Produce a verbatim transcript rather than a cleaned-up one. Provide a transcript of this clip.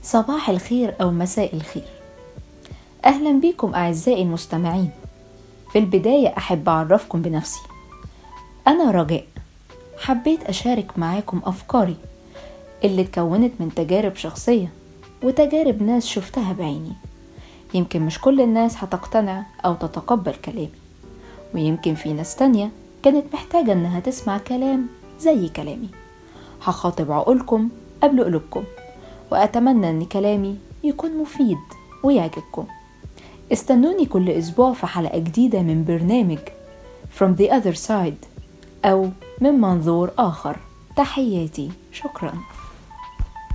صباح الخير أو مساء الخير. أهلا بكم أعزائي المستمعين. في البداية أحب أعرفكم بنفسي. أنا رجاء، حبيت أشارك معاكم أفكاري اللي اتكونت من تجارب شخصية وتجارب ناس شفتها بعيني. يمكن مش كل الناس هتقتنع أو تتقبل كلامي، ويمكن في ناس تانية كانت محتاجة إنها تسمع كلام زي كلامي. هخاطب عقولكم قبل قلوبكم، وأتمنى أن كلامي يكون مفيد ويعجبكم. استنوني كل أسبوع في حلقة جديدة من برنامج From the Other Side، أو من منظور آخر. تحياتي، شكراً.